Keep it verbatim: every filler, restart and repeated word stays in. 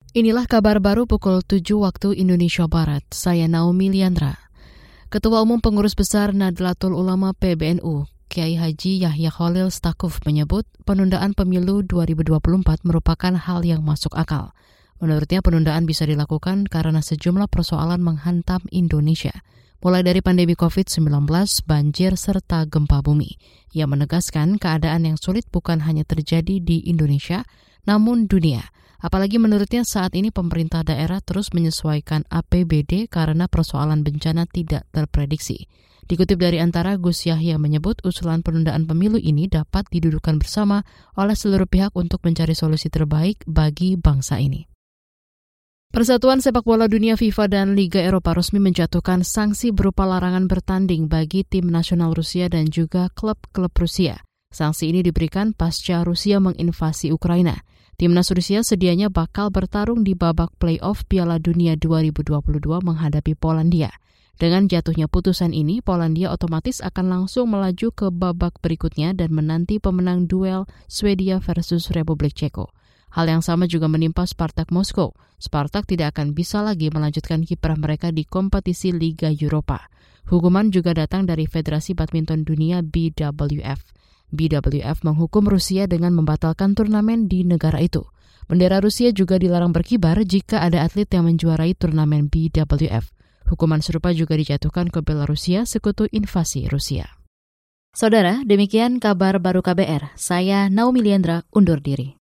Inilah kabar baru pukul tujuh waktu Indonesia Barat. Saya Naomi Liandra. Ketua Umum Pengurus Besar Nahdlatul Ulama P B N U, Kiai Haji Yahya Khalil Stakuf menyebut penundaan pemilu dua ribu dua puluh empat merupakan hal yang masuk akal. Menurutnya penundaan bisa dilakukan karena sejumlah persoalan menghantam Indonesia, mulai dari pandemi covid sembilan belas, banjir, serta gempa bumi. Ia menegaskan keadaan yang sulit bukan hanya terjadi di Indonesia, namun dunia. Apalagi menurutnya saat ini pemerintah daerah terus menyesuaikan A P B D karena persoalan bencana tidak terprediksi. Dikutip dari Antara, Gus Yahya menyebut usulan penundaan pemilu ini dapat didudukan bersama oleh seluruh pihak untuk mencari solusi terbaik bagi bangsa ini. Persatuan Sepak Bola Dunia FIFA dan Liga Eropa resmi menjatuhkan sanksi berupa larangan bertanding bagi tim nasional Rusia dan juga klub-klub Rusia. Sanksi ini diberikan pasca Rusia menginvasi Ukraina. Timnas Rusia sedianya bakal bertarung di babak play-off Piala Dunia dua ribu dua puluh dua menghadapi Polandia. Dengan jatuhnya putusan ini, Polandia otomatis akan langsung melaju ke babak berikutnya dan menanti pemenang duel Swedia versus Republik Ceko. Hal yang sama juga menimpa Spartak Moskow. Spartak tidak akan bisa lagi melanjutkan kiprah mereka di kompetisi Liga Eropa. Hukuman juga datang dari Federasi Badminton Dunia B W F. B W F menghukum Rusia dengan membatalkan turnamen di negara itu. Bendera Rusia juga dilarang berkibar jika ada atlet yang menjuarai turnamen B W F. Hukuman serupa juga dijatuhkan ke Belarusia, sekutu invasi Rusia. Saudara, demikian kabar baru K B R. Saya Naomi Liandra, undur diri.